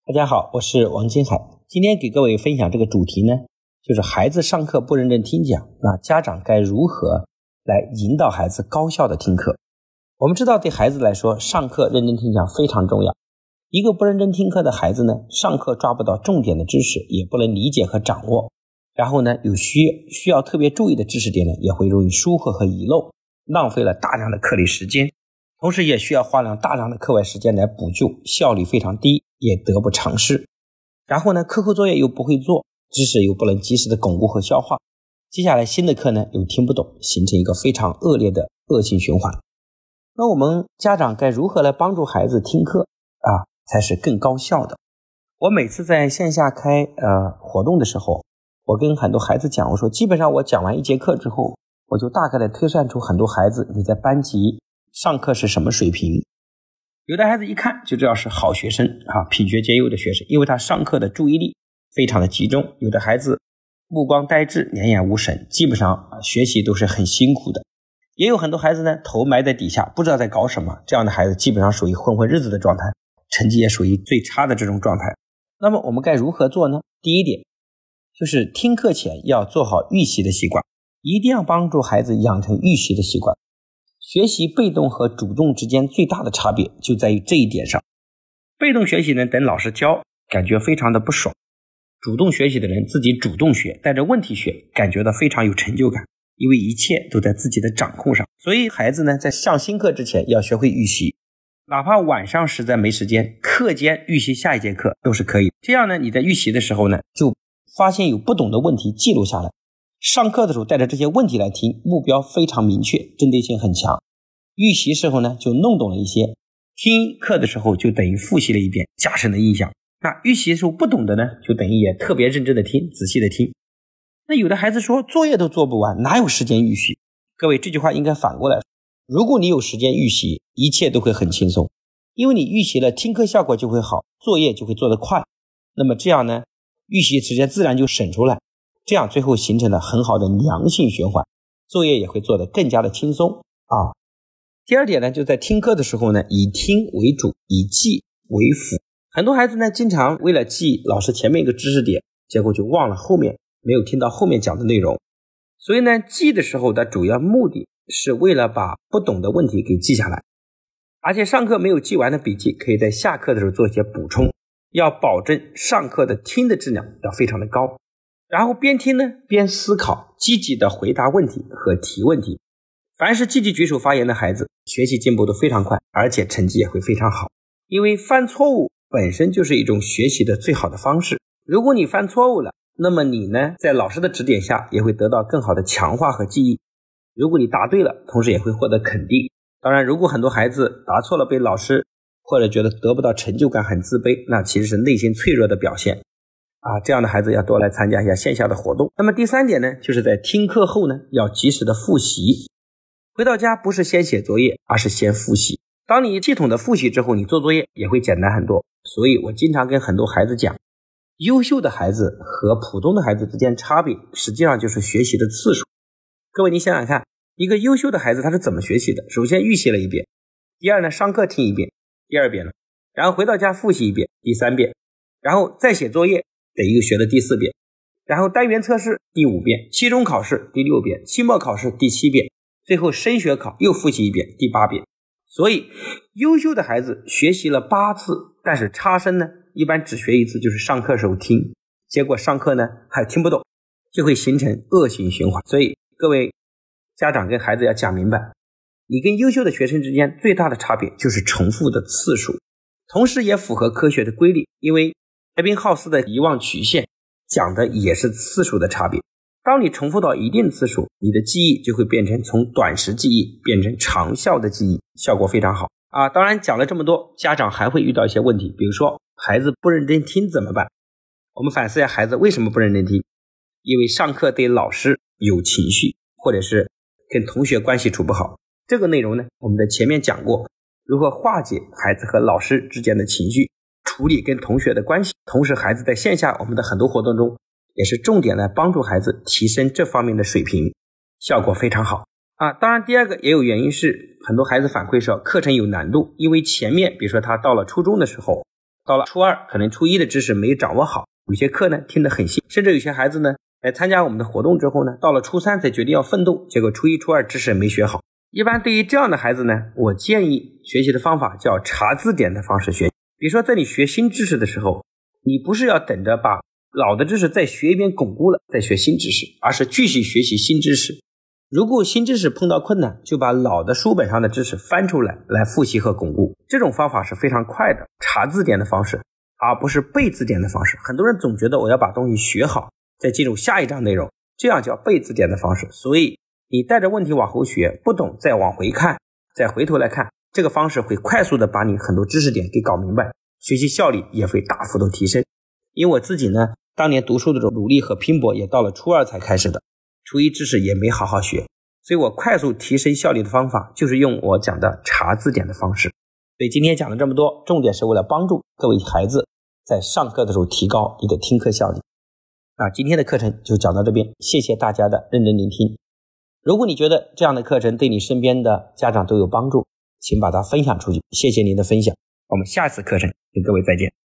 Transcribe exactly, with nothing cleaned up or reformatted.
大家好，我是王金海。今天给各位分享这个主题呢，就是孩子上课不认真听讲，那家长该如何来引导孩子高效的听课。我们知道对孩子来说，上课认真听讲非常重要。一个不认真听课的孩子呢，上课抓不到重点的知识，也不能理解和掌握，然后呢，有需需要特别注意的知识点呢，也会容易疏忽和遗漏，浪费了大量的课里时间，同时也需要花上大量的课外时间来补救，效率非常低，也得不偿失。然后呢，课后作业又不会做，知识又不能及时的巩固和消化，接下来新的课呢又听不懂，形成一个非常恶劣的恶性循环。那我们家长该如何来帮助孩子听课啊，才是更高效的？我每次在线下开呃活动的时候，我跟很多孩子讲，我说基本上我讲完一节课之后，我就大概的推算出很多孩子你在班级上课是什么水平。有的孩子一看就知道是好学生啊，品学兼优的学生，因为他上课的注意力非常的集中。有的孩子目光呆滞，两眼无神，基本上、啊、学习都是很辛苦的。也有很多孩子呢，头埋在底下，不知道在搞什么，这样的孩子基本上属于混混日子的状态，成绩也属于最差的这种状态。那么我们该如何做呢？第一点就是听课前要做好预习的习惯，一定要帮助孩子养成预习的习惯。学习被动和主动之间最大的差别就在于这一点上。被动学习呢，等老师教，感觉非常的不爽；主动学习的人自己主动学，带着问题学，感觉到非常有成就感，因为一切都在自己的掌控上。所以孩子呢，在上新课之前要学会预习，哪怕晚上实在没时间，课间预习下一节课都是可以。这样呢，你在预习的时候呢，就发现有不懂的问题记录下来，上课的时候带着这些问题来听，目标非常明确，针对性很强。预习时候呢，就弄懂了一些，听课的时候就等于复习了一遍，加深了印象。那预习的时候不懂的呢，就等于也特别认真的听，仔细的听。那有的孩子说作业都做不完，哪有时间预习？各位，这句话应该反过来，如果你有时间预习，一切都会很轻松，因为你预习了，听课效果就会好，作业就会做得快。那么这样呢，预习时间自然就省出来，这样最后形成了很好的良性循环，作业也会做得更加的轻松啊。第二点呢，就在听课的时候呢，以听为主，以记为辅。很多孩子呢，经常为了记老师前面一个知识点，结果就忘了后面，没有听到后面讲的内容。所以呢，记的时候的主要目的是为了把不懂的问题给记下来，而且上课没有记完的笔记，可以在下课的时候做一些补充，要保证上课的听的质量要非常的高。然后边听呢边思考，积极的回答问题和提问题。凡是积极举手发言的孩子，学习进步都非常快，而且成绩也会非常好。因为犯错误本身就是一种学习的最好的方式。如果你犯错误了，那么你呢，在老师的指点下也会得到更好的强化和记忆。如果你答对了，同时也会获得肯定。当然，如果很多孩子答错了被老师或者觉得得不到成就感，很自卑，那其实是内心脆弱的表现。啊，这样的孩子要多来参加一下线下的活动。那么第三点呢，就是在听课后呢，要及时的复习。回到家不是先写作业，而是先复习。当你系统的复习之后，你做作业也会简单很多。所以我经常跟很多孩子讲，优秀的孩子和普通的孩子之间差别，实际上就是学习的次数。各位，你想想看，一个优秀的孩子他是怎么学习的？首先预习了一遍，第二呢，上课听一遍，第二遍呢，然后回到家复习一遍，第三遍，然后再写作业，得又学了第四遍，然后单元测试第五遍，期中考试第六遍，期末考试第七遍，最后升学考又复习一遍，第八遍。所以优秀的孩子学习了八次，但是差生呢，一般只学一次，就是上课时候听，结果上课呢还听不懂，就会形成恶性循环。所以各位家长跟孩子要讲明白，你跟优秀的学生之间最大的差别就是重复的次数，同时也符合科学的规律，因为艾宾浩斯的遗忘曲线讲的也是次数的差别。当你重复到一定次数，你的记忆就会变成从短时记忆变成长效的记忆，效果非常好啊。当然讲了这么多，家长还会遇到一些问题，比如说孩子不认真听怎么办？我们反思一下孩子为什么不认真听，因为上课对老师有情绪，或者是跟同学关系处不好。这个内容呢，我们在前面讲过，如何化解孩子和老师之间的情绪，处理跟同学的关系。同时孩子在线下我们的很多活动中也是重点来帮助孩子提升这方面的水平，效果非常好啊。当然第二个也有原因是很多孩子反馈说课程有难度，因为前面比如说他到了初中的时候， 到了初二可能初一的知识没掌握好，有些课呢听得很细，甚至有些孩子呢来参加我们的活动之后呢，到了初三才决定要奋斗，结果初一初二知识没学好。一般对于这样的孩子呢，我建议学习的方法叫查字典的方式学。比如说在你学新知识的时候，你不是要等着把老的知识再学一遍巩固了再学新知识，而是继续学习新知识。如果新知识碰到困难，就把老的书本上的知识翻出来来复习和巩固。这种方法是非常快的，查字典的方式，而不是背字典的方式。很多人总觉得我要把东西学好再进入下一章内容，这样叫背字典的方式。所以你带着问题往后学，不懂再往回看，再回头来看，这个方式会快速的把你很多知识点给搞明白，学习效率也会大幅度提升。因为我自己呢，当年读书的这种努力和拼搏也到了初二才开始的，初一知识也没好好学，所以我快速提升效率的方法就是用我讲的查字典的方式。所以今天讲了这么多，重点是为了帮助各位孩子在上课的时候提高你的听课效率。啊，今天的课程就讲到这边，谢谢大家的认真聆听。如果你觉得这样的课程对你身边的家长都有帮助，请把它分享出去，谢谢您的分享。我们下次课程跟各位再见。